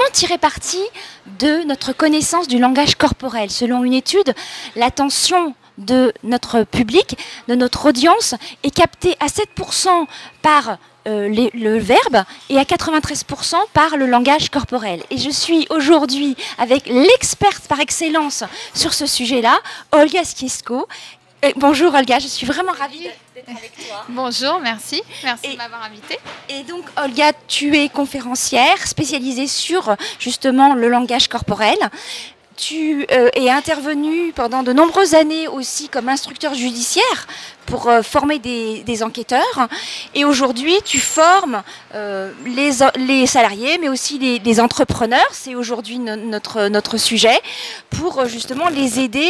comment tirer parti de notre connaissance du langage corporel? Selon une étude, l'attention de notre public, de notre audience, est captée à 7% par le verbe et à 93% par le langage corporel. Et je suis aujourd'hui avec l'experte par excellence sur ce sujet-là, Olga Skiesko. Bonjour Olga, je suis vraiment ravie d'être avec toi. Bonjour, merci de m'avoir invitée. Et donc Olga, tu es conférencière spécialisée sur justement le langage corporel. Tu es intervenue pendant de nombreuses années aussi comme instructeur judiciaire pour former des enquêteurs. Et aujourd'hui, tu formes les salariés, mais aussi les entrepreneurs. C'est aujourd'hui notre sujet pour justement les aider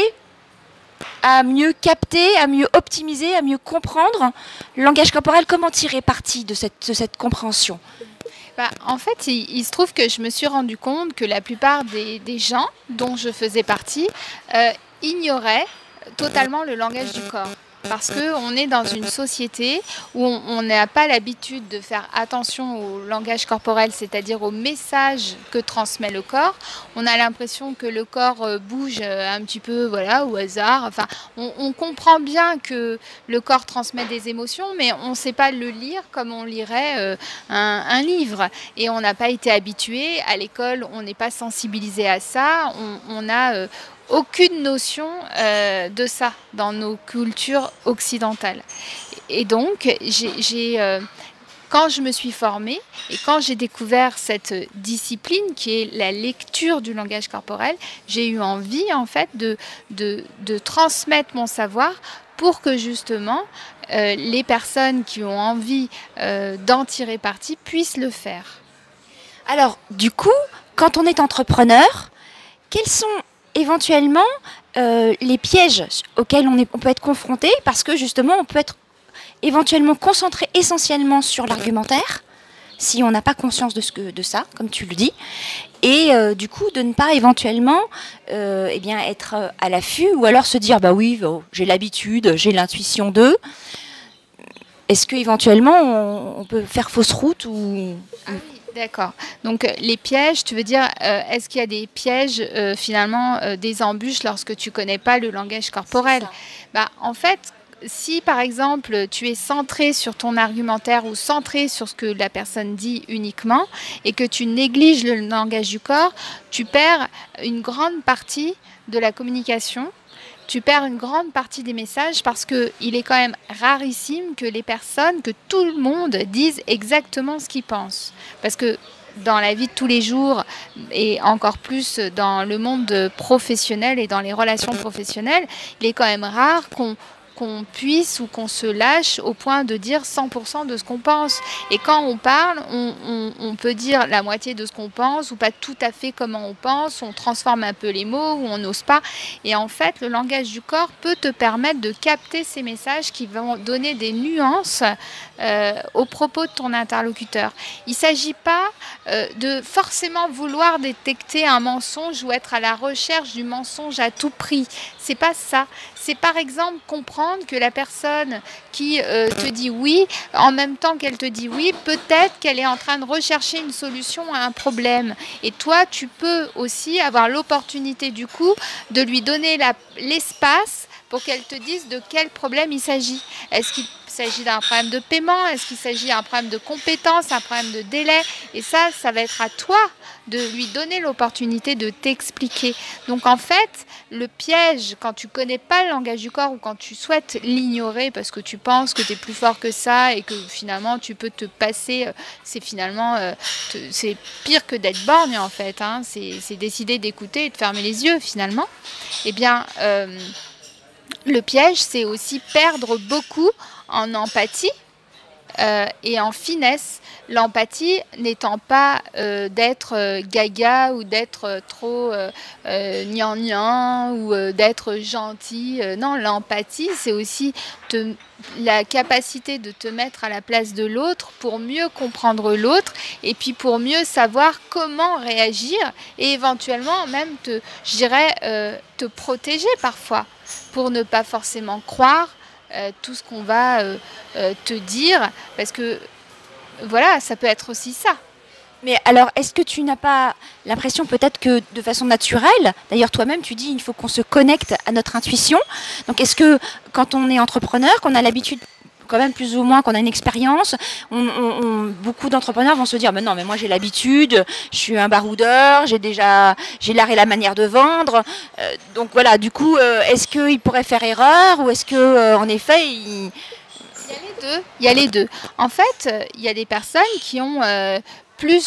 à mieux capter, à mieux optimiser, à mieux comprendre le langage corporel. Comment tirer parti de cette compréhension ? En fait, il se trouve que je me suis rendu compte que la plupart des gens dont je faisais partie ignoraient totalement le langage du corps. Parce qu'on est dans une société où on n'a pas l'habitude de faire attention au langage corporel, c'est-à-dire au message que transmet le corps. On a l'impression que le corps bouge un petit peu au hasard. Enfin, on comprend bien que le corps transmet des émotions, mais on ne sait pas le lire comme on lirait un livre. Et on n'a pas été habitué. À l'école, on n'est pas sensibilisé à ça. On a aucune notion de ça dans nos cultures occidentales. Et donc, quand je me suis formée et quand j'ai découvert cette discipline qui est la lecture du langage corporel, j'ai eu envie en fait de transmettre mon savoir pour que justement les personnes qui ont envie d'en tirer parti puissent le faire. Alors, du coup, quand on est entrepreneur, quels sont éventuellement les pièges auxquels on peut être confronté, parce que justement on peut être éventuellement concentré essentiellement sur l'argumentaire si on n'a pas conscience de ça, comme tu le dis, et du coup de ne pas éventuellement être à l'affût, ou alors se dire j'ai l'habitude, j'ai l'intuition d'eux. Est-ce qu'éventuellement on peut faire fausse route ou... D'accord. Donc les pièges, tu veux dire, est-ce qu'il y a des pièges, des embûches lorsque tu ne connais pas le langage corporel ? En fait, si par exemple tu es centré sur ton argumentaire ou centré sur ce que la personne dit uniquement et que tu négliges le langage du corps, tu perds une grande partie de la communication. Tu perds une grande partie des messages parce qu'il est quand même rarissime que que tout le monde dise exactement ce qu'il pense. Parce que dans la vie de tous les jours, et encore plus dans le monde professionnel et dans les relations professionnelles, il est quand même rare qu'on puisse ou qu'on se lâche au point de dire 100% de ce qu'on pense. Et quand on parle, on peut dire la moitié de ce qu'on pense ou pas tout à fait comment on pense, on transforme un peu les mots ou on n'ose pas. Et en fait, le langage du corps peut te permettre de capter ces messages qui vont donner des nuances aux propos de ton interlocuteur. Il ne s'agit pas de forcément vouloir détecter un mensonge ou être à la recherche du mensonge à tout prix. C'est pas ça. C'est par exemple comprendre que la personne qui te dit oui, en même temps qu'elle te dit oui, peut-être qu'elle est en train de rechercher une solution à un problème. Et toi, tu peux aussi avoir l'opportunité du coup de lui donner l'espace pour qu'elle te dise de quel problème il s'agit. Est-ce qu'il s'agit d'un problème de paiement? Est-ce qu'il s'agit d'un problème de compétence, un problème de délai? Et ça va être à toi de lui donner l'opportunité de t'expliquer. Donc en fait, le piège, quand tu ne connais pas le langage du corps ou quand tu souhaites l'ignorer parce que tu penses que tu es plus fort que ça et que finalement tu peux te passer, c'est pire que d'être borgne en fait. C'est décider d'écouter et de fermer les yeux finalement. Eh bien, le piège, c'est aussi perdre beaucoup en empathie et en finesse. L'empathie n'étant pas d'être gaga ou d'être trop gnangnan ou d'être gentil. Non, l'empathie, c'est aussi la capacité de te mettre à la place de l'autre pour mieux comprendre l'autre et puis pour mieux savoir comment réagir et éventuellement même te protéger parfois pour ne pas forcément croire tout ce qu'on va te dire, parce que voilà, ça peut être aussi ça. Mais alors, est-ce que tu n'as pas l'impression peut-être que de façon naturelle, d'ailleurs toi-même tu dis il faut qu'on se connecte à notre intuition, donc est-ce que quand on est entrepreneur, qu'on a l'habitude quand même plus ou moins, qu'on a une expérience, beaucoup d'entrepreneurs vont se dire mais non mais moi j'ai l'habitude, je suis un baroudeur, j'ai l'art et la manière de vendre, donc voilà du coup est-ce qu'ils pourraient faire erreur ou est-ce que en effet Il y a les deux. En fait, il y a des personnes qui ont plus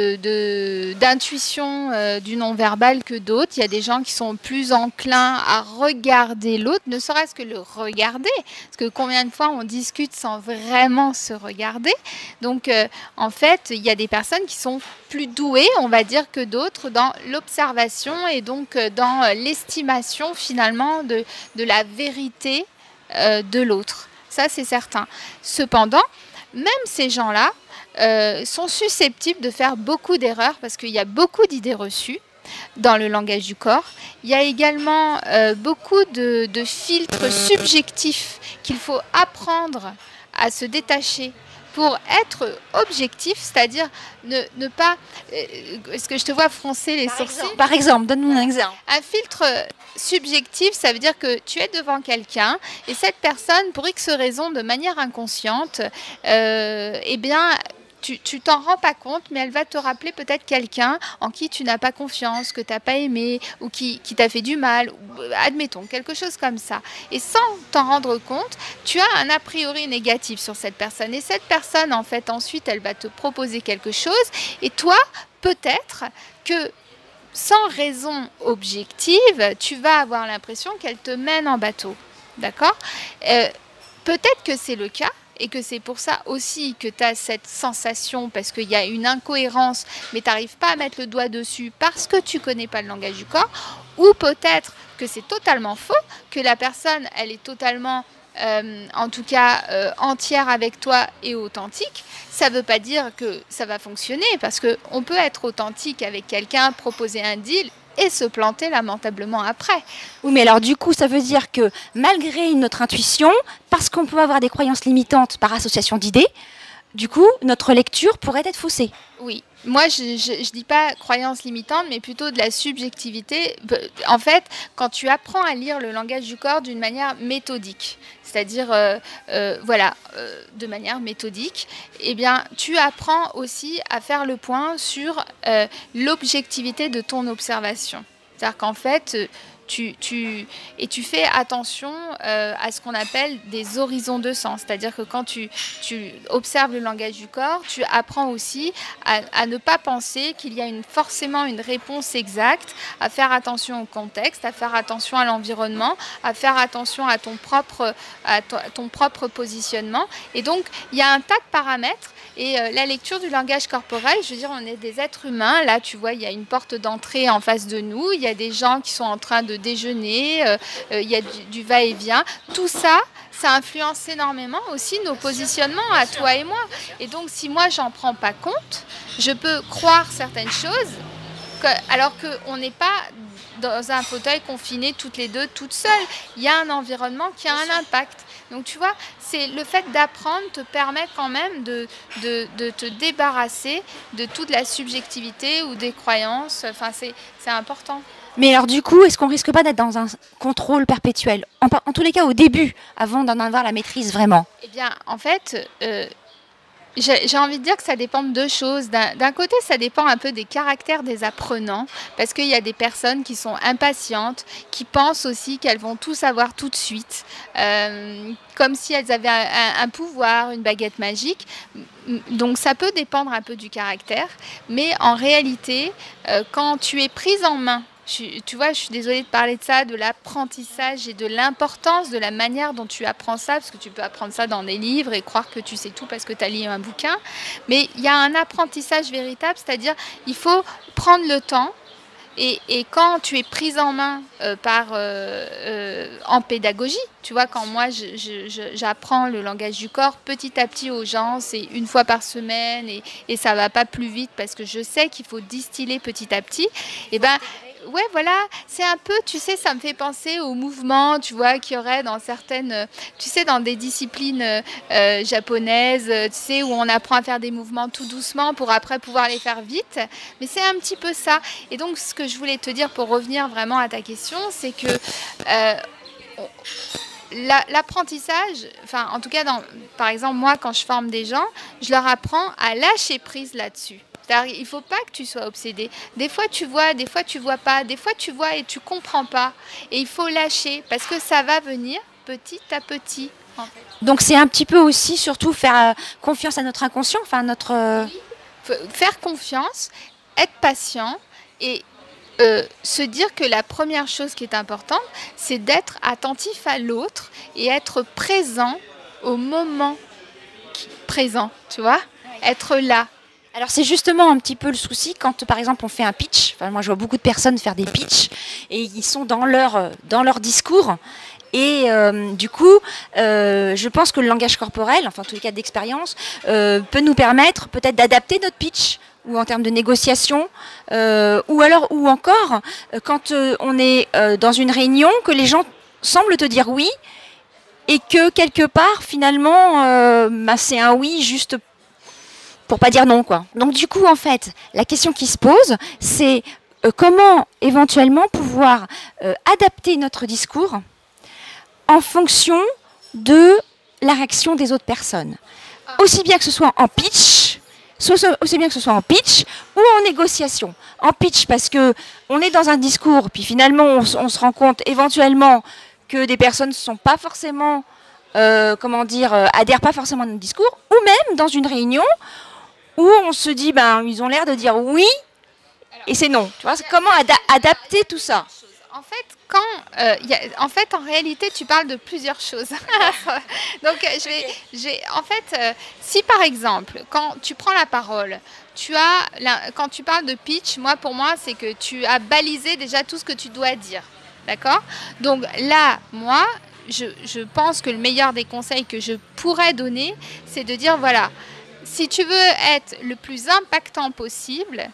d'intuition du non-verbal que d'autres. Il y a des gens qui sont plus enclins à regarder l'autre, ne serait-ce que le regarder. Parce que combien de fois on discute sans vraiment se regarder. Donc, en fait, il y a des personnes qui sont plus douées, on va dire, que d'autres dans l'observation et donc dans l'estimation finalement de la vérité de l'autre. Ça, c'est certain. Cependant, même ces gens-là sont susceptibles de faire beaucoup d'erreurs parce qu'il y a beaucoup d'idées reçues dans le langage du corps. Il y a également beaucoup de filtres subjectifs qu'il faut apprendre à se détacher pour être objectif, c'est-à-dire ne pas... Est-ce que je te vois froncer les sourcils ? Par exemple, donne-nous un exemple. Un filtre subjectif, ça veut dire que tu es devant quelqu'un et cette personne, pour X raison, de manière inconsciente, eh bien... Tu t'en rends pas compte, mais elle va te rappeler peut-être quelqu'un en qui tu n'as pas confiance, que tu n'as pas aimé ou qui t'a fait du mal, admettons, quelque chose comme ça. Et sans t'en rendre compte, tu as un a priori négatif sur cette personne. Et cette personne, en fait, ensuite, elle va te proposer quelque chose. Et toi, peut-être que sans raison objective, tu vas avoir l'impression qu'elle te mène en bateau. D'accord ? Peut-être que c'est le cas. Et que c'est pour ça aussi que tu as cette sensation, parce qu'il y a une incohérence, mais tu n'arrives pas à mettre le doigt dessus parce que tu ne connais pas le langage du corps, ou peut-être que c'est totalement faux, que la personne, elle est totalement, en tout cas, entière avec toi et authentique. Ça ne veut pas dire que ça va fonctionner, parce qu'on peut être authentique avec quelqu'un, proposer un deal, et se planter lamentablement après. Oui, mais alors du coup, ça veut dire que malgré notre intuition, parce qu'on peut avoir des croyances limitantes par association d'idées, du coup, notre lecture pourrait être faussée. Oui. Moi, je ne dis pas croyance limitante, mais plutôt de la subjectivité. En fait, quand tu apprends à lire le langage du corps d'une manière méthodique, c'est-à-dire de manière méthodique, eh bien, tu apprends aussi à faire le point sur l'objectivité de ton observation. C'est-à-dire qu'en fait, tu fais attention à ce qu'on appelle des horizons de sens. C'est-à-dire que quand tu observes le langage du corps, tu apprends aussi à ne pas penser qu'il y a forcément une réponse exacte, à faire attention au contexte, à faire attention à l'environnement, à faire attention à ton propre positionnement. Et donc, il y a un tas de paramètres. Et la lecture du langage corporel, je veux dire, on est des êtres humains. Là, tu vois, il y a une porte d'entrée en face de nous. Il y a des gens qui sont en train de déjeuner. Il y a du va-et-vient. Tout ça, ça influence énormément aussi nos positionnements à toi et moi. Et donc, si moi, j'en prends pas compte, je peux croire certaines choses, alors qu'on n'est pas dans un fauteuil confiné toutes les deux, toutes seules. Il y a un environnement qui a un impact. Donc tu vois, c'est le fait d'apprendre te permet quand même de te débarrasser de toute la subjectivité ou des croyances. Enfin, c'est important. Mais alors du coup, est-ce qu'on risque pas d'être dans un contrôle perpétuel en tous les cas au début, avant d'en avoir la maîtrise vraiment? Eh bien, en fait... j'ai envie de dire que ça dépend de deux choses. D'un côté, ça dépend un peu des caractères des apprenants, parce qu'il y a des personnes qui sont impatientes, qui pensent aussi qu'elles vont tout savoir tout de suite, comme si elles avaient un pouvoir, une baguette magique. Donc ça peut dépendre un peu du caractère, mais en réalité, quand tu es prise en main, tu vois, je suis désolée de parler de ça, de l'apprentissage et de l'importance de la manière dont tu apprends ça, parce que tu peux apprendre ça dans des livres et croire que tu sais tout parce que tu as lu un bouquin. Mais il y a un apprentissage véritable, c'est-à-dire il faut prendre le temps. Et quand tu es prise en main en pédagogie, tu vois, quand moi j'apprends le langage du corps petit à petit aux gens, c'est une fois par semaine et ça va pas plus vite parce que je sais qu'il faut distiller petit à petit. Et ben Ouais, voilà, c'est un peu, tu sais, ça me fait penser au mouvement, tu vois, qu'il y aurait dans certaines, tu sais, dans des disciplines japonaises, tu sais, où on apprend à faire des mouvements tout doucement pour après pouvoir les faire vite. Mais c'est un petit peu ça. Et donc, ce que je voulais te dire pour revenir vraiment à ta question, c'est que l'apprentissage, enfin, en tout cas, par exemple, moi, quand je forme des gens, je leur apprends à lâcher prise là-dessus. Il ne faut pas que tu sois obsédé. Des fois, tu vois pas. Des fois, tu vois et tu comprends pas. Et il faut lâcher parce que ça va venir petit à petit. En fait. Donc, c'est un petit peu aussi, surtout, faire confiance à notre inconscient, enfin, notre... Faire confiance, être patient et se dire que la première chose qui est importante, c'est d'être attentif à l'autre et être présent au moment présent, tu vois, être là. Alors c'est justement un petit peu le souci quand par exemple on fait un pitch, enfin, moi je vois beaucoup de personnes faire des pitchs et ils sont dans leur discours et du coup je pense que le langage corporel, enfin en tous les cas d'expérience, peut nous permettre peut-être d'adapter notre pitch ou en termes de négociation ou encore quand on est dans une réunion que les gens semblent te dire oui et que quelque part finalement c'est un oui juste pour pas dire non, quoi. Donc du coup, en fait, la question qui se pose, c'est comment éventuellement pouvoir adapter notre discours en fonction de la réaction des autres personnes. Aussi bien que ce soit en pitch, aussi bien que ce soit en pitch ou en négociation. En pitch parce que on est dans un discours, puis finalement on se rend compte éventuellement que des personnes ne sont pas forcément, adhèrent pas forcément à notre discours, ou même dans une réunion où on se dit, ils ont l'air de dire oui, et c'est non. Tu vois, c'est comment adapter tout ça. En fait, en réalité, tu parles de plusieurs choses. Donc, si par exemple, quand tu prends la parole, quand tu parles de pitch, pour moi, c'est que tu as balisé déjà tout ce que tu dois dire. D'accord ? Donc là, moi, je pense que le meilleur des conseils que je pourrais donner, c'est de dire, voilà, si tu veux être le plus impactant possible,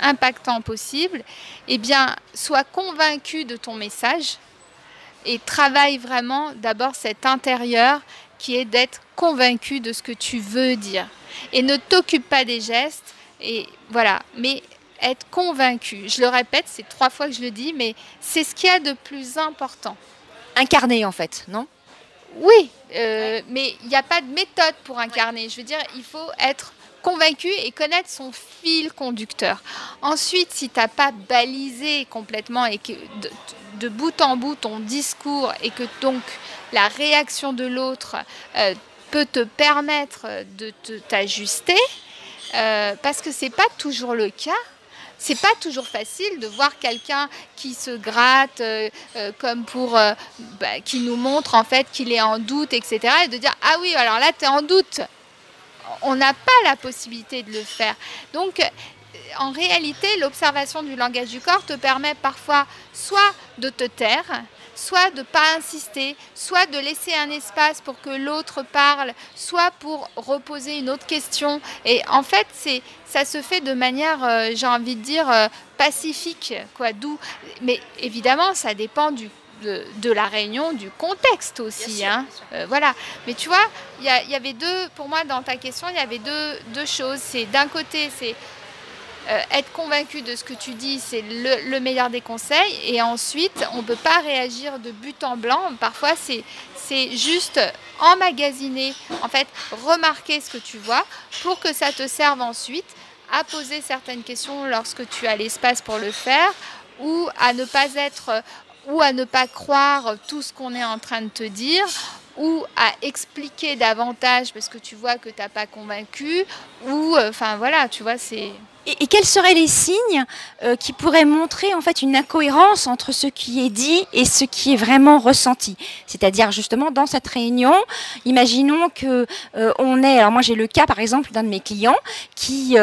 eh bien, sois convaincu de ton message et travaille vraiment d'abord cet intérieur qui est d'être convaincu de ce que tu veux dire. Et ne t'occupe pas des gestes, et voilà, mais être convaincu. Je le répète, c'est 3 fois que je le dis, mais c'est ce qu'il y a de plus important. Incarner, en fait, non ? Oui, mais il n'y a pas de méthode pour incarner. Je veux dire, il faut être convaincu et connaître son fil conducteur. Ensuite, si tu n'as pas balisé complètement et que de bout en bout ton discours et que donc la réaction de l'autre peut te permettre de t'ajuster, parce que ce n'est pas toujours le cas. C'est pas toujours facile de voir quelqu'un qui se gratte comme pour qui nous montre en fait qu'il est en doute, etc. Et de dire ah oui, alors là tu es en doute. On n'a pas la possibilité de le faire. Donc en réalité, l'observation du langage du corps te permet parfois soit de te taire, soit de ne pas insister, soit de laisser un espace pour que l'autre parle, soit pour reposer une autre question. Et en fait, ça se fait de manière, j'ai envie de dire, pacifique, quoi, doux. Mais évidemment, ça dépend de la réunion, du contexte aussi. Bien sûr. Voilà. Mais tu vois, il y avait pour moi, dans ta question, il y avait deux choses. C'est d'un côté, c'est être convaincu de ce que tu dis, c'est le meilleur des conseils. Et ensuite, on ne peut pas réagir de but en blanc. Parfois, c'est juste emmagasiner, en fait, remarquer ce que tu vois pour que ça te serve ensuite à poser certaines questions lorsque tu as l'espace pour le faire ou à ne pas croire tout ce qu'on est en train de te dire ou à expliquer davantage parce que tu vois que tu n'as pas convaincu ou, voilà, tu vois, c'est... Et quels seraient les signes qui pourraient montrer en fait une incohérence entre ce qui est dit et ce qui est vraiment ressenti ? C'est-à-dire justement dans cette réunion, imaginons que alors moi j'ai le cas par exemple d'un de mes clients qui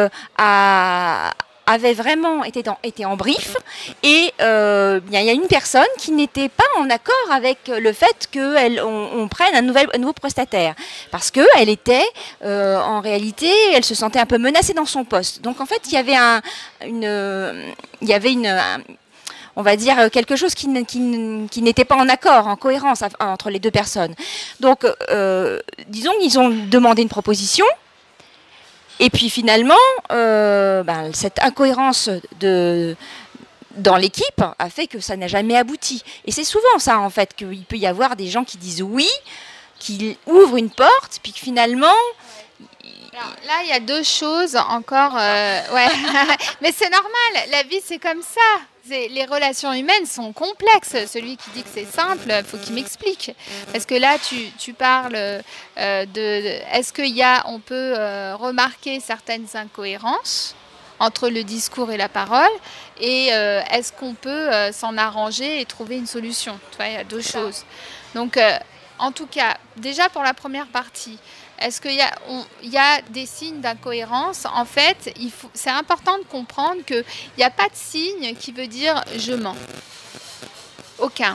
avait vraiment été en brief et il y a une personne qui n'était pas en accord avec le fait qu'on prenne un nouveau prestataire parce qu'elle était en réalité, elle se sentait un peu menacée dans son poste. Donc en fait, il y avait on va dire, quelque chose qui n'était pas en accord, en cohérence entre les deux personnes. Donc, disons qu'ils ont demandé une proposition, et puis finalement, cette incohérence dans l'équipe a fait que ça n'a jamais abouti. Et c'est souvent ça, en fait, qu'il peut y avoir des gens qui disent oui, qui ouvrent une porte, puis que finalement... Alors, là, il y a deux choses encore. Ouais. Mais c'est normal, la vie, c'est comme ça. Les relations humaines sont complexes. Celui qui dit que c'est simple, il faut qu'il m'explique. Parce que là, tu parles est-ce qu'on peut remarquer certaines incohérences entre le discours et la parole, et est-ce qu'on peut s'en arranger et trouver une solution? Tu vois, il y a deux choses. Donc, en tout cas, déjà pour la première partie, est-ce qu'il y a des signes d'incohérence? En fait, c'est important de comprendre qu'il n'y a pas de signe qui veut dire « je mens ». Aucun.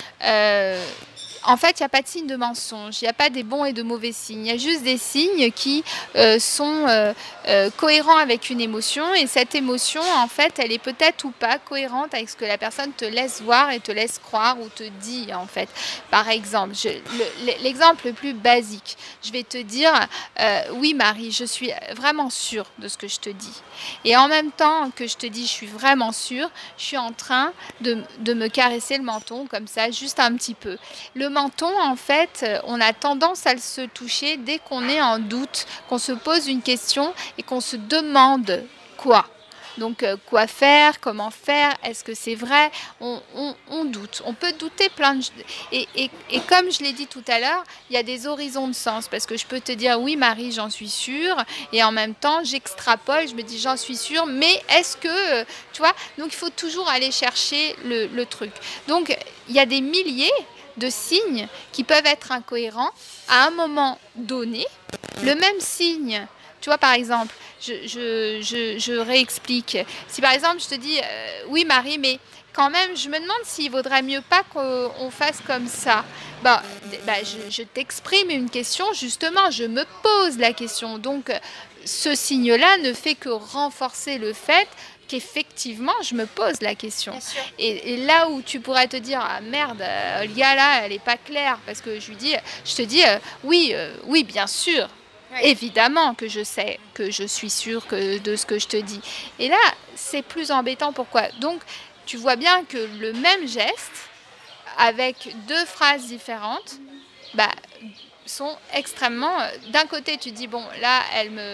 En fait, il n'y a pas de signe de mensonge, il n'y a pas des bons et de mauvais signes. Il y a juste des signes qui sont cohérents avec une émotion. Et cette émotion, en fait, elle est peut-être ou pas cohérente avec ce que la personne te laisse voir et te laisse croire ou te dit, en fait. Par exemple, l'exemple le plus basique, je vais te dire, oui Marie, je suis vraiment sûre de ce que je te dis. Et en même temps que je te dis, je suis vraiment sûre, je suis en train de me caresser le menton, comme ça, juste un petit peu. Le menton, en fait, on a tendance à se toucher dès qu'on est en doute, qu'on se pose une question et qu'on se demande quoi. Donc, quoi faire, comment faire, est-ce que c'est vrai? On doute. On peut douter plein de... Et comme je l'ai dit tout à l'heure, il y a des horizons de sens. Parce que je peux te dire, oui Marie, j'en suis sûre. Et en même temps, j'extrapole, je me dis, j'en suis sûre. Mais est-ce que... tu vois? Donc, il faut toujours aller chercher le truc. Donc, il y a des milliers de signes qui peuvent être incohérents à un moment donné. Le même signe, tu vois, par exemple, je réexplique. Si par exemple je te dis oui Marie, mais quand même je me demande s'il vaudrait mieux pas qu'on fasse comme ça. Je t'exprime une question, justement, je me pose la question. Donc ce signe-là ne fait que renforcer le fait qu'effectivement, je me pose la question. Et là où tu pourrais te dire, ah merde, Olga, là, elle n'est pas claire, parce que je te dis, oui, bien sûr, oui. Évidemment que je sais, que je suis sûre de ce que je te dis. Et là, c'est plus embêtant. Pourquoi? Donc, tu vois bien que le même geste, avec deux phrases différentes, sont extrêmement... D'un côté, tu dis, bon, là,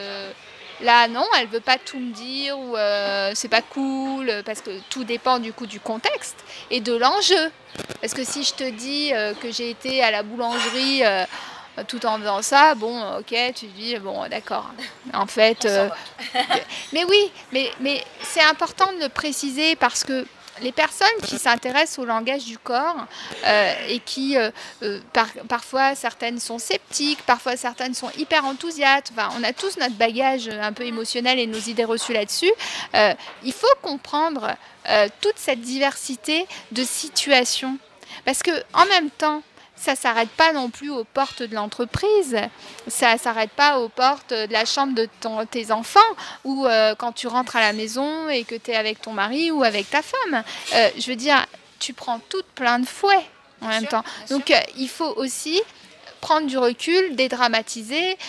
Là, non, elle veut pas tout me dire ou c'est pas cool, parce que tout dépend du coup du contexte et de l'enjeu. Parce que si je te dis que j'ai été à la boulangerie tout en faisant ça, bon, ok, tu dis, bon, d'accord. En fait, mais oui, mais c'est important de le préciser parce que les personnes qui s'intéressent au langage du corps et qui, parfois, certaines sont sceptiques, parfois certaines sont hyper enthousiastes, enfin, on a tous notre bagage un peu émotionnel et nos idées reçues là-dessus. Il faut comprendre toute cette diversité de situations. Parce qu'en même temps, ça ne s'arrête pas non plus aux portes de l'entreprise, ça ne s'arrête pas aux portes de la chambre de tes enfants ou quand tu rentres à la maison et que tu es avec ton mari ou avec ta femme. Je veux dire, tu prends tout plein de fouets en même temps. Donc il faut aussi prendre du recul, dédramatiser,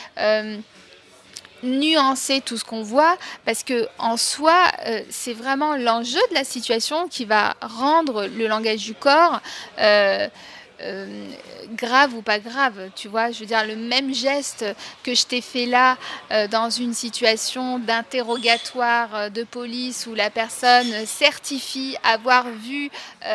nuancer tout ce qu'on voit, parce que en soi, c'est vraiment l'enjeu de la situation qui va rendre le langage du corps grave ou pas grave, tu vois, je veux dire, le même geste que je t'ai fait là dans une situation d'interrogatoire de police où la personne certifie avoir vu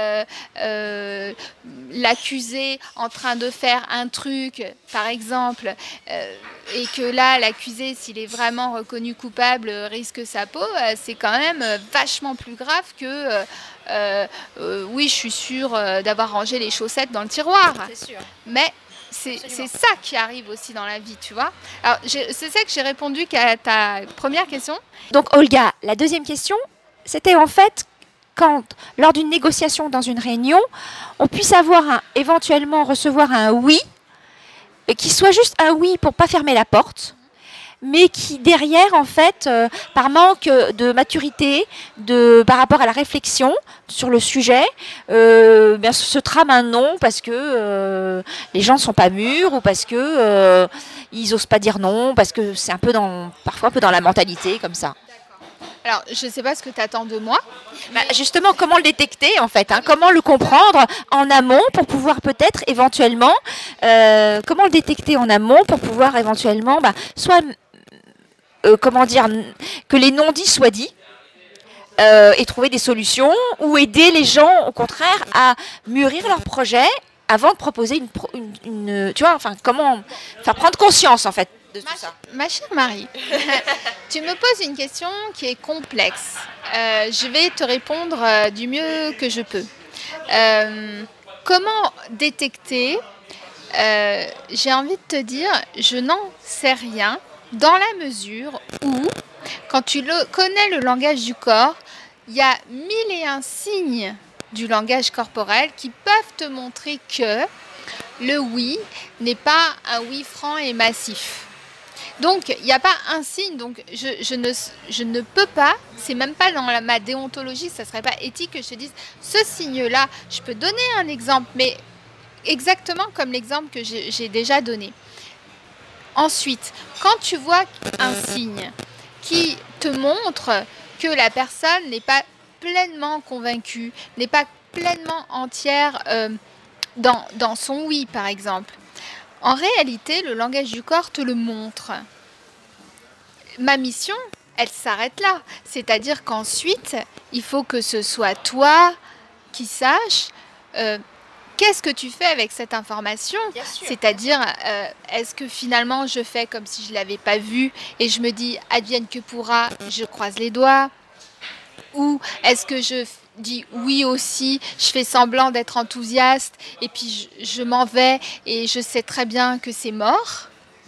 l'accusé en train de faire un truc, par exemple, et que là, l'accusé, s'il est vraiment reconnu coupable, risque sa peau, c'est quand même vachement plus grave que oui, je suis sûre d'avoir rangé les chaussettes dans le tiroir. C'est sûr. Mais c'est ça qui arrive aussi dans la vie, tu vois. Alors, c'est ça que j'ai répondu qu'à ta première question. Donc, Olga, la deuxième question, c'était en fait quand, lors d'une négociation dans une réunion, on puisse éventuellement recevoir un oui, qui soit juste un oui pour ne pas fermer la porte, mais qui derrière, en fait, par manque de maturité, par rapport à la réflexion sur le sujet, se trame un non parce que les gens ne sont pas mûrs ou parce que ils n'osent pas dire non, parce que c'est parfois un peu dans la mentalité comme ça. Alors, je ne sais pas ce que tu attends de moi. Justement, comment le détecter en fait, comment le comprendre en amont pour pouvoir peut-être éventuellement, comment le détecter en amont pour pouvoir éventuellement, soit, que les non-dits soient dits et trouver des solutions ou aider les gens au contraire à mûrir leur projet avant de proposer comment faire prendre conscience en fait. Ma chère Marie, tu me poses une question qui est complexe. Je vais te répondre du mieux que je peux. Comment détecter J'ai envie de te dire, je n'en sais rien dans la mesure où, quand tu connais le langage du corps, il y a 1001 signes du langage corporel qui peuvent te montrer que le oui n'est pas un oui franc et massif. Donc, il n'y a pas un signe, donc je ne peux pas, c'est même pas dans ma déontologie, ça ne serait pas éthique que je te dise, ce signe-là, je peux donner un exemple, mais exactement comme l'exemple que j'ai déjà donné. Ensuite, quand tu vois un signe qui te montre que la personne n'est pas pleinement convaincue, n'est pas pleinement entière dans son oui, par exemple, en réalité, le langage du corps te le montre. Ma mission, elle s'arrête là. C'est-à-dire qu'ensuite, il faut que ce soit toi qui saches qu'est-ce que tu fais avec cette information. C'est-à-dire, est-ce que finalement, je fais comme si je ne l'avais pas vu et je me dis, advienne que pourra, je croise les doigts. Ou est-ce que je dis oui aussi, je fais semblant d'être enthousiaste et puis je m'en vais et je sais très bien que c'est mort.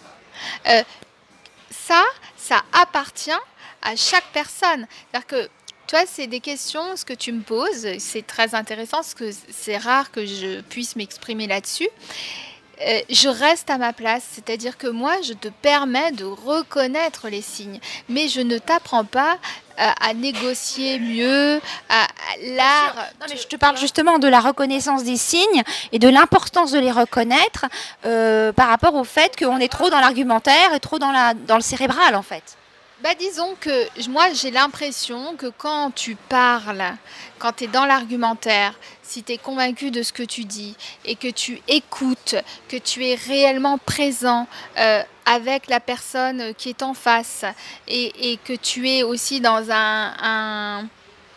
Ça appartient à chaque personne. C'est-à-dire que, toi, c'est des questions, ce que tu me poses, c'est très intéressant, parce que c'est rare que je puisse m'exprimer là-dessus. Je reste à ma place, c'est-à-dire que moi, je te permets de reconnaître les signes, mais je ne t'apprends pas à négocier mieux, à l'art. Non, mais je te parle justement de la reconnaissance des signes et de l'importance de les reconnaître par rapport au fait qu'on est trop dans l'argumentaire et trop dans le cérébral en fait. Disons que moi j'ai l'impression que quand tu parles, quand tu es dans l'argumentaire, si tu es convaincu de ce que tu dis et que tu écoutes, que tu es réellement présent avec la personne qui est en face et que tu es aussi dans un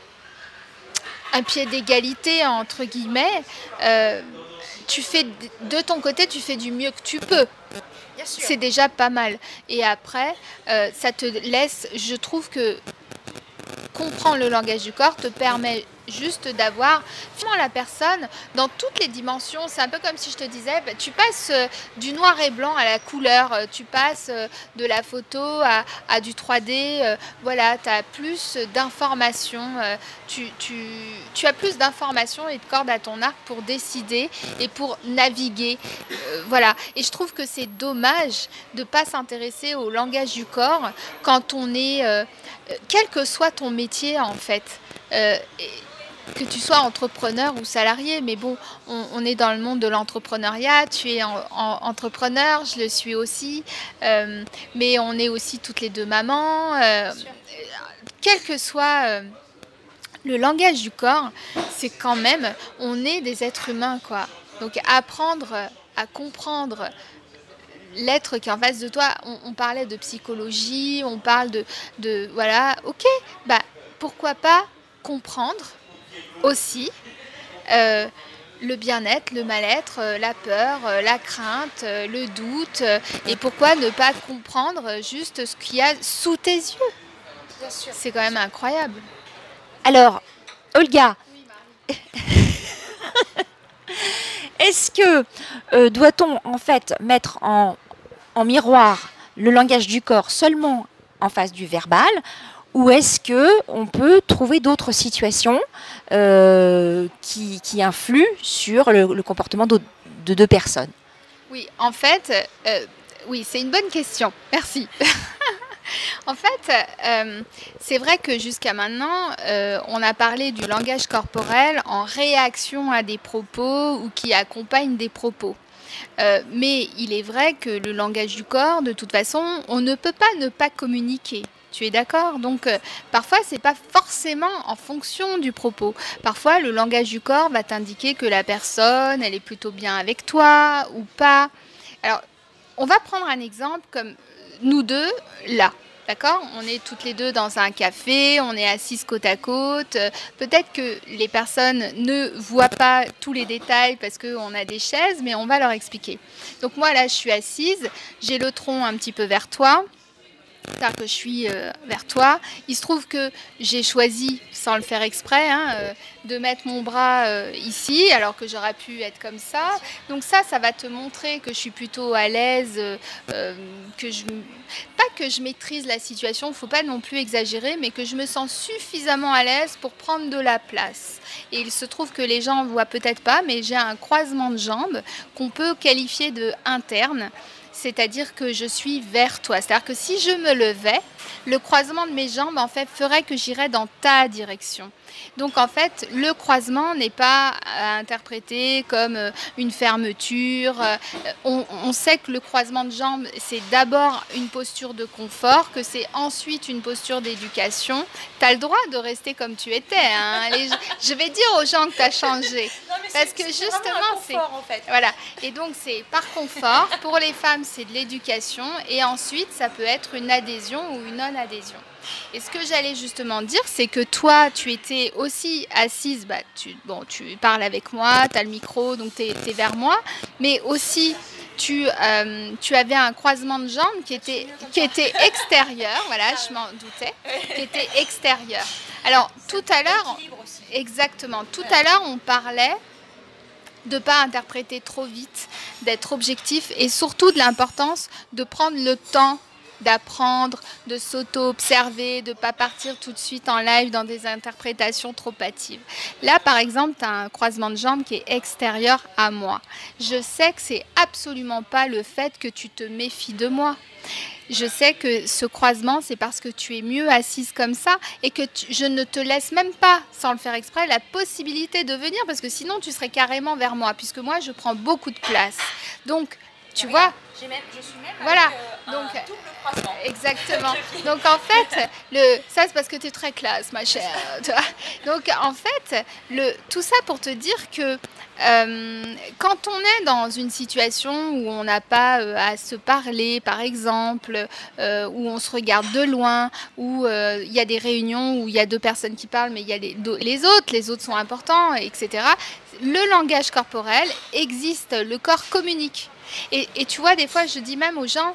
pied d'égalité entre guillemets, tu fais de ton côté, tu fais du mieux que tu peux. C'est déjà pas mal. Et après, ça te laisse, je trouve que comprendre le langage du corps te permet juste d'avoir finalement la personne dans toutes les dimensions. C'est un peu comme si je te disais, tu passes du noir et blanc à la couleur, tu passes de la photo à du 3D, voilà, tu as plus d'informations, tu as plus d'informations et de cordes à ton arc pour décider et pour naviguer, voilà. Et je trouve que c'est dommage de ne pas s'intéresser au langage du corps quand on est, quel que soit ton métier en fait, que tu sois entrepreneur ou salarié, mais bon, on est dans le monde de l'entrepreneuriat, tu es entrepreneur, je le suis aussi, mais on est aussi toutes les deux mamans, quel que soit le langage du corps, c'est quand même, on est des êtres humains, quoi. Donc apprendre à comprendre l'être qui est en face de toi, on parlait de psychologie, on parle de voilà, ok, pourquoi pas comprendre aussi le bien-être, le mal-être, la peur, la crainte, le doute, et pourquoi ne pas comprendre juste ce qu'il y a sous tes yeux. Bien sûr. C'est quand même incroyable. Alors, Olga, est-ce que doit-on en fait mettre en miroir le langage du corps seulement en face du verbal, ou est-ce qu'on peut trouver d'autres situations qui influent sur le comportement de deux personnes? Oui, en fait, Oui, c'est une bonne question. Merci. En fait, c'est vrai que jusqu'à maintenant, on a parlé du langage corporel en réaction à des propos ou qui accompagnent des propos. Mais il est vrai que le langage du corps, de toute façon, on ne peut pas ne pas communiquer. Tu es d'accord? Donc, parfois, c'est pas forcément en fonction du propos. Parfois, le langage du corps va t'indiquer que la personne, elle est plutôt bien avec toi ou pas. Alors, on va prendre un exemple comme nous deux, là. D'accord? On est toutes les deux dans un café, on est assises côte à côte. Peut-être que les personnes ne voient pas tous les détails parce qu'on a des chaises, mais on va leur expliquer. Donc moi, là, je suis assise, j'ai le tronc un petit peu vers toi. C'est-à-dire que je suis vers toi. Il se trouve que j'ai choisi, sans le faire exprès, de mettre mon bras ici, alors que j'aurais pu être comme ça. Donc ça va te montrer que je suis plutôt à l'aise, pas que je maîtrise la situation, il ne faut pas non plus exagérer, mais que je me sens suffisamment à l'aise pour prendre de la place. Et il se trouve que les gens ne voient peut-être pas, mais j'ai un croisement de jambes qu'on peut qualifier de interne. C'est-à-dire que je suis vers toi. C'est-à-dire que si je me levais, le croisement de mes jambes, en fait, ferait que j'irais dans ta direction. Donc, en fait, le croisement n'est pas à interpréter comme une fermeture. On sait que le croisement de jambes, c'est d'abord une posture de confort, que c'est ensuite une posture d'éducation. Tu as le droit de rester comme tu étais. Hein. Je vais dire aux gens que tu as changé. Non, mais parce que justement, c'est en fait. Voilà. Et donc, c'est par confort. Pour les femmes, c'est de l'éducation. Et ensuite, ça peut être une adhésion ou une non-adhésion. Et ce que j'allais justement dire, c'est que toi, tu étais aussi assise, tu parles avec moi, tu as le micro, donc tu es vers moi, mais aussi tu avais un croisement de jambes qui était extérieur, voilà, je m'en doutais, qui était extérieur. Alors, tout à l'heure, exactement, tout à l'heure, on parlait de ne pas interpréter trop vite, d'être objectif et surtout de l'importance de prendre le temps d'apprendre, de s'auto-observer, de ne pas partir tout de suite en live dans des interprétations trop hâtives. Là, par exemple, tu as un croisement de jambes qui est extérieur à moi. Je sais que c'est absolument pas le fait que tu te méfies de moi. Je sais que ce croisement, c'est parce que tu es mieux assise comme ça et que je ne te laisse même pas, sans le faire exprès, la possibilité de venir parce que sinon tu serais carrément vers moi puisque moi, je prends beaucoup de place. Donc, tu vois, je suis même voilà. avec Donc, un double croisement. Exactement. Donc en fait, ça c'est parce que tu es très classe, ma chère. Tu vois. Donc en fait, tout ça pour te dire que quand on est dans une situation où on n'a pas à se parler, par exemple, où on se regarde de loin, où il y a des réunions où il y a deux personnes qui parlent, mais il y a les autres sont importants, etc. Le langage corporel existe, le corps communique. Et tu vois, des fois, je dis même aux gens,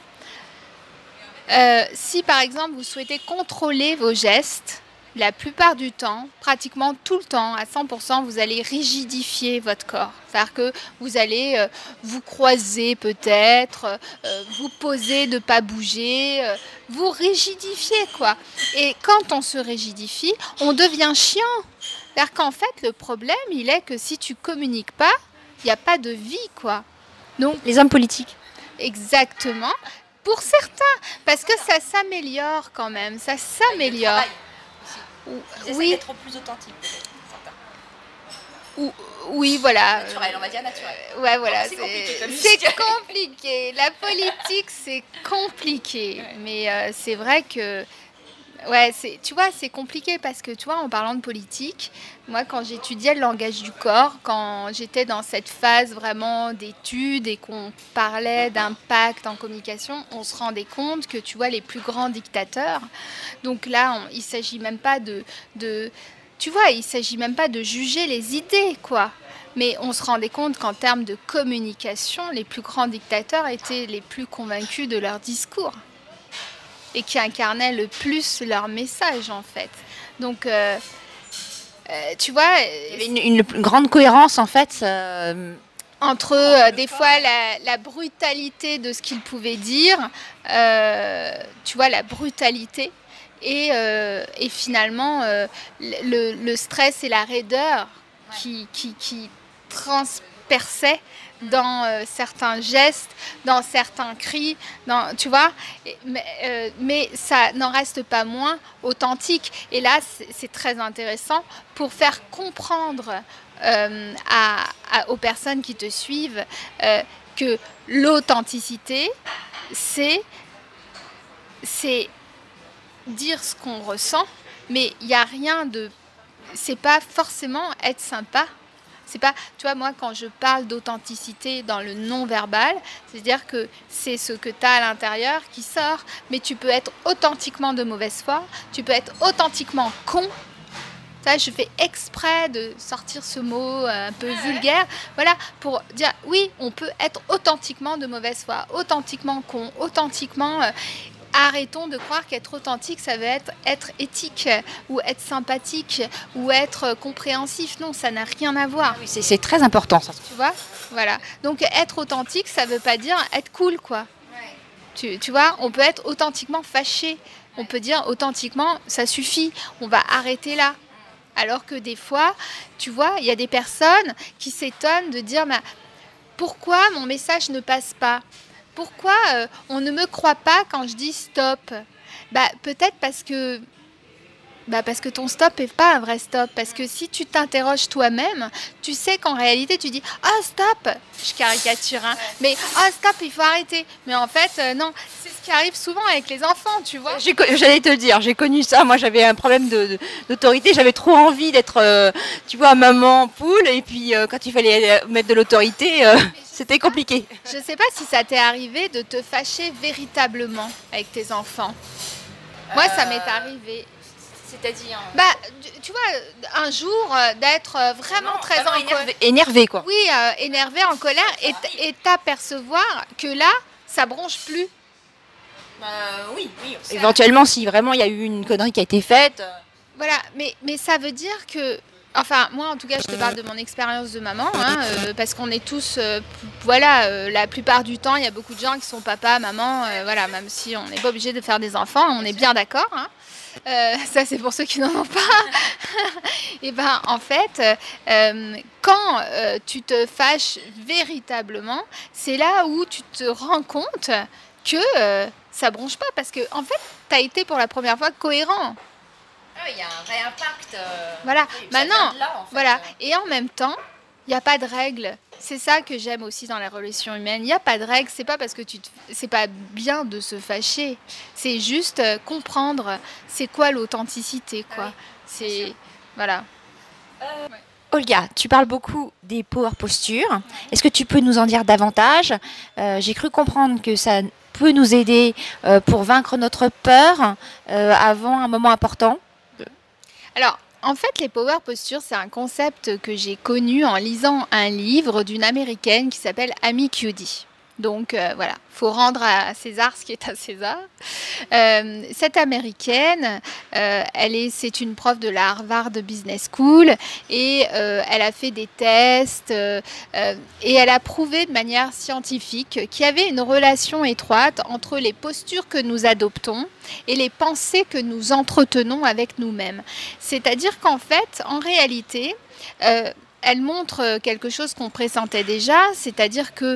si par exemple vous souhaitez contrôler vos gestes, la plupart du temps, pratiquement tout le temps, à 100%, vous allez rigidifier votre corps. C'est-à-dire que vous allez vous croiser peut-être, vous poser de ne pas bouger, vous rigidifier quoi. Et quand on se rigidifie, on devient chiant. C'est-à-dire qu'en fait, le problème, il est que si tu communiques pas, il n'y a pas de vie quoi. Donc, les hommes politiques. Exactement. Pour certains, parce que ça s'améliore quand même, ça s'améliore. Oui. D'être plus authentique, certains. Oui, voilà. Naturel, on va dire naturel. Ouais, voilà. C'est compliqué. La politique, c'est compliqué. Ouais. Mais c'est vrai que... Ouais, tu vois, c'est compliqué parce que, tu vois, en parlant de politique, moi, quand j'étudiais le langage du corps, quand j'étais dans cette phase vraiment d'études et qu'on parlait d'impact en communication, on se rendait compte que, tu vois, les plus grands dictateurs, donc là, il ne s'agit même pas tu vois, il ne s'agit même pas de juger les idées, quoi. Mais on se rendait compte qu'en termes de communication, les plus grands dictateurs étaient les plus convaincus de leur discours. Et qui incarnaient le plus leur message, en fait. Donc, tu vois... Il y avait une grande cohérence, en fait. Entre, des fois, la brutalité de ce qu'ils pouvaient dire, tu vois, la brutalité, et finalement, le stress et la raideur qui perçait dans certains gestes, dans certains cris, tu vois, mais ça n'en reste pas moins authentique. Et là, c'est très intéressant pour faire comprendre aux personnes qui te suivent que l'authenticité, c'est dire ce qu'on ressent, mais il n'y a rien de... C'est pas forcément être sympa. C'est pas, tu vois, moi, quand je parle d'authenticité dans le non-verbal, c'est-à-dire que c'est ce que tu as à l'intérieur qui sort, mais tu peux être authentiquement de mauvaise foi, tu peux être authentiquement con. Ça, je fais exprès de sortir ce mot un peu vulgaire, voilà, pour dire, oui, on peut être authentiquement de mauvaise foi, authentiquement con, authentiquement... Arrêtons de croire qu'être authentique, ça veut être éthique ou être sympathique ou être compréhensif. Non, ça n'a rien à voir. Oui, c'est très important, ça. Tu vois ? Voilà. Donc, être authentique, ça ne veut pas dire être cool, quoi. Ouais. Tu vois, on peut être authentiquement fâché. On peut dire authentiquement, ça suffit, on va arrêter là. Alors que des fois, tu vois, il y a des personnes qui s'étonnent de dire pourquoi mon message ne passe pas ? Pourquoi on ne me croit pas quand je dis stop ? Peut-être parce que ton stop n'est pas un vrai stop. Parce que si tu t'interroges toi-même, tu sais qu'en réalité, tu dis « Ah, stop !» Je caricature, hein. Mais « Ah, stop, il faut arrêter !» Mais en fait, non. C'est ce qui arrive souvent avec les enfants, tu vois. J'allais te dire, j'ai connu ça. Moi, j'avais un problème d'autorité. J'avais trop envie d'être, tu vois, maman poule. Et puis, quand il fallait mettre de l'autorité... C'était compliqué. Je ne sais pas si ça t'est arrivé de te fâcher véritablement avec tes enfants. Moi, ça m'est arrivé. C'est-à-dire tu vois, un jour, d'être vraiment très énervé, quoi. Oui, énervé, en colère, et t'apercevoir que là, ça bronche plus. Oui. Éventuellement, si vraiment il y a eu une connerie qui a été faite. Voilà, mais ça veut dire que... Enfin, moi, en tout cas, je te parle de mon expérience de maman, parce qu'on est tous, la plupart du temps, il y a beaucoup de gens qui sont papa, maman, voilà, même si on n'est pas obligé de faire des enfants, on est bien d'accord, hein. Ça, c'est pour ceux qui n'en ont pas. Et en fait, quand tu te fâches véritablement, c'est là où tu te rends compte que ça bronche pas, parce que en fait, tu as été pour la première fois cohérent. Il y a un vrai impact. Voilà, maintenant, là, en fait. voilà. Et en même temps, il n'y a pas de règles. C'est ça que j'aime aussi dans les relations humaines. Il n'y a pas de règles. C'est pas parce que c'est pas bien de se fâcher. C'est juste comprendre c'est quoi l'authenticité, quoi. C'est voilà. Olga, tu parles beaucoup des power postures. Est-ce que tu peux nous en dire davantage ? J'ai cru comprendre que ça peut nous aider pour vaincre notre peur avant un moment important. Alors, en fait, les power postures, c'est un concept que j'ai connu en lisant un livre d'une Américaine qui s'appelle Amy Cuddy. Donc voilà, faut rendre à César ce qui est à César. Cette Américaine, c'est une prof de la Harvard Business School et elle a fait des tests et elle a prouvé de manière scientifique qu'il y avait une relation étroite entre les postures que nous adoptons et les pensées que nous entretenons avec nous-mêmes. C'est-à-dire qu'en fait, en réalité, elle montre quelque chose qu'on pressentait déjà, c'est-à-dire que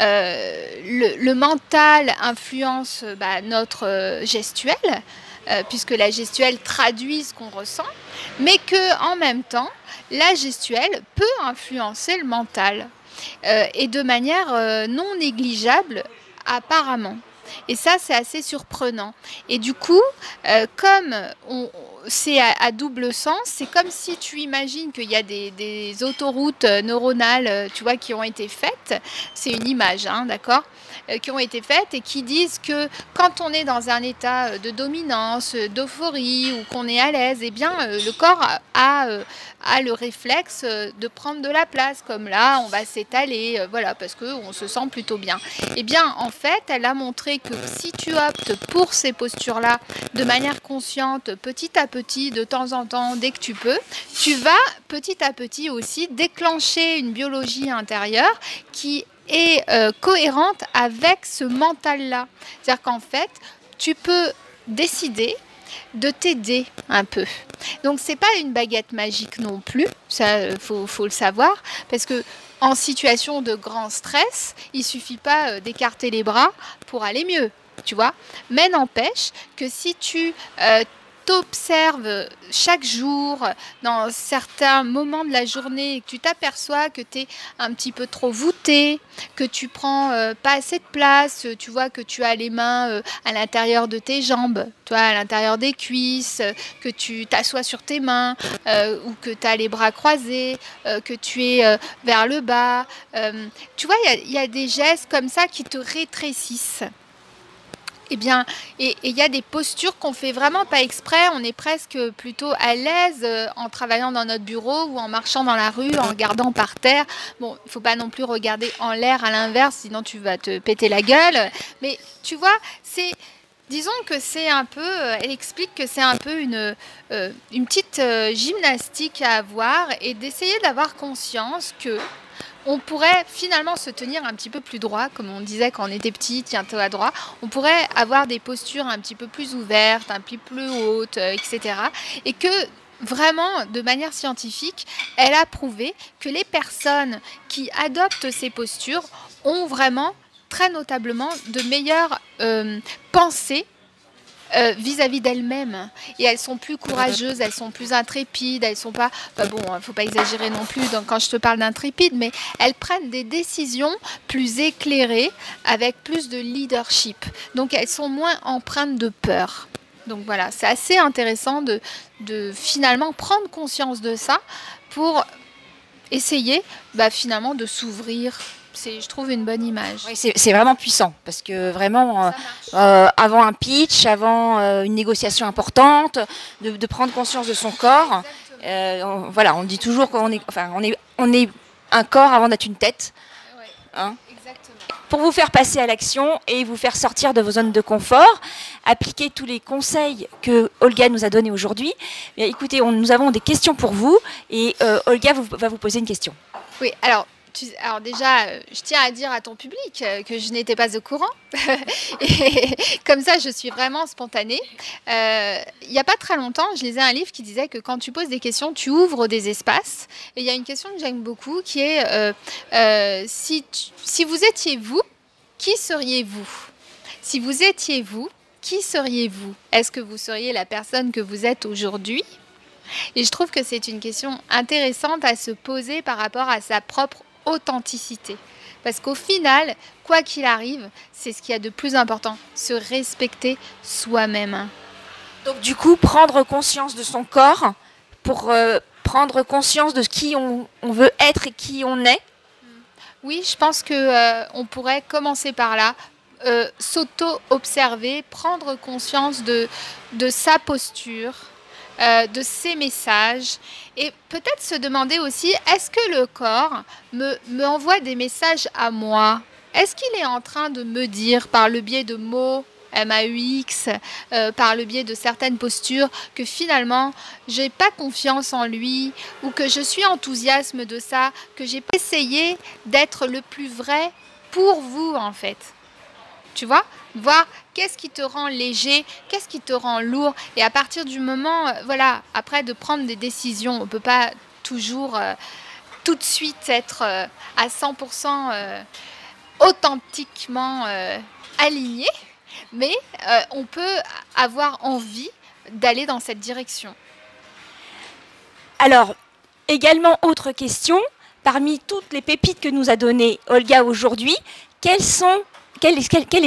le mental influence notre gestuelle, puisque la gestuelle traduit ce qu'on ressent, mais qu'en même temps, la gestuelle peut influencer le mental, et de manière non négligeable apparemment. Et ça, c'est assez surprenant. Et du coup, comme c'est à double sens, c'est comme si tu imagines qu'il y a des autoroutes neuronales, tu vois, qui ont été faites. C'est une image, hein, d'accord, qui ont été faites et qui disent que quand on est dans un état de dominance, d'euphorie ou qu'on est à l'aise, eh bien, le corps a le réflexe de prendre de la place. Comme là, on va s'étaler, voilà, parce qu'on se sent plutôt bien. Eh bien, en fait, elle a montré que si tu optes pour ces postures-là de manière consciente, petit à petit, de temps en temps, dès que tu peux, tu vas petit à petit aussi déclencher une biologie intérieure qui est cohérente avec ce mental-là. C'est-à-dire qu'en fait, tu peux décider de t'aider un peu. Donc c'est pas une baguette magique non plus, ça faut le savoir, parce que en situation de grand stress, il suffit pas d'écarter les bras pour aller mieux, tu vois. Mais n'empêche que si tu t'observes chaque jour dans certains moments de la journée et que tu t'aperçois que tu es un petit peu trop voûté, que tu prends pas assez de place, tu vois que tu as les mains à l'intérieur de tes jambes, tu vois, à l'intérieur des cuisses, que tu t'assois sur tes mains ou que tu as les bras croisés, que tu es vers le bas. Tu vois, il y a des gestes comme ça qui te rétrécissent. Eh bien, et il y a des postures qu'on fait vraiment pas exprès, on est presque plutôt à l'aise en travaillant dans notre bureau ou en marchant dans la rue, en regardant par terre. Bon, il faut pas non plus regarder en l'air à l'inverse, sinon tu vas te péter la gueule. Mais tu vois, disons que c'est un peu, elle explique que c'est un peu une petite gymnastique à avoir et d'essayer d'avoir conscience que on pourrait finalement se tenir un petit peu plus droit, comme on disait quand on était petit, tiens-toi droit. On pourrait avoir des postures un petit peu plus ouvertes, un peu plus hautes, etc. Et que vraiment, de manière scientifique, elle a prouvé que les personnes qui adoptent ces postures ont vraiment, très notablement, de meilleures pensées vis-à-vis d'elles-mêmes, et elles sont plus courageuses, elles sont plus intrépides, elles sont pas, bon, faut pas exagérer non plus quand je te parle d'intrépides, mais elles prennent des décisions plus éclairées avec plus de leadership, donc elles sont moins empreintes de peur. Donc voilà, c'est assez intéressant de finalement prendre conscience de ça pour essayer finalement de s'ouvrir. C'est, je trouve, une bonne image. Oui, c'est vraiment puissant parce que vraiment, avant un pitch, avant une négociation importante, de prendre conscience de son corps. Voilà, on dit toujours qu'on est, on est un corps avant d'être une tête. Hein, pour vous faire passer à l'action et vous faire sortir de vos zones de confort, appliquer tous les conseils que Olga nous a donnés aujourd'hui. Écoutez, nous avons des questions pour vous et Olga va vous poser une question. Oui, alors déjà, je tiens à dire à ton public que je n'étais pas au courant. Et comme ça, je suis vraiment spontanée. Il n'y a pas très longtemps, je lisais un livre qui disait que quand tu poses des questions, tu ouvres des espaces. Et il y a une question que j'aime beaucoup qui est si vous étiez vous, qui seriez-vous ? Si vous étiez vous, qui seriez-vous ? Est-ce que vous seriez la personne que vous êtes aujourd'hui ? Et je trouve que c'est une question intéressante à se poser par rapport à sa propre authenticité. Parce qu'au final, quoi qu'il arrive, c'est ce qu'il y a de plus important, se respecter soi-même. Donc du coup, prendre conscience de son corps pour prendre conscience de qui on veut être et qui on est. Oui, je pense qu'on pourrait commencer par là. S'auto-observer, prendre conscience de sa posture, de ses messages, et peut-être se demander aussi, est-ce que le corps me envoie des messages à moi ? Est-ce qu'il est en train de me dire par le biais de mots, MAUX, par le biais de certaines postures, que finalement j'ai pas confiance en lui, ou que je suis enthousiaste de ça, que j'ai pas essayé d'être le plus vrai pour vous en fait. Tu vois, voir qu'est-ce qui te rend léger, qu'est-ce qui te rend lourd. Et à partir du moment, après de prendre des décisions, on ne peut pas toujours tout de suite être à 100% authentiquement aligné, mais on peut avoir envie d'aller dans cette direction. Alors, également, autre question, parmi toutes les pépites que nous a données Olga aujourd'hui, quelle est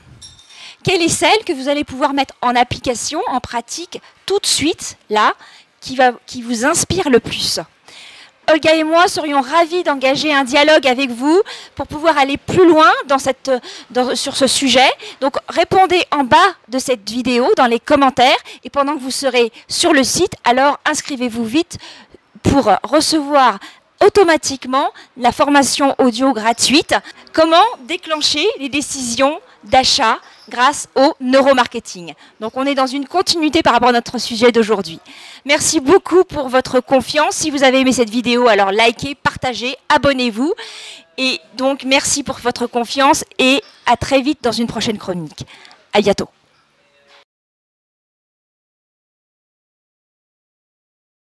celle que vous allez pouvoir mettre en application, en pratique, tout de suite, là, qui vous inspire le plus ? Olga et moi serions ravis d'engager un dialogue avec vous pour pouvoir aller plus loin sur ce sujet. Donc répondez en bas de cette vidéo, dans les commentaires, et pendant que vous serez sur le site, alors inscrivez-vous vite pour recevoir automatiquement la formation audio gratuite. Comment déclencher les décisions d'achat grâce au neuromarketing. Donc on est dans une continuité par rapport à notre sujet d'aujourd'hui. Merci beaucoup pour votre confiance. Si vous avez aimé cette vidéo, alors likez, partagez, abonnez-vous. Et donc merci pour votre confiance et à très vite dans une prochaine chronique. À bientôt.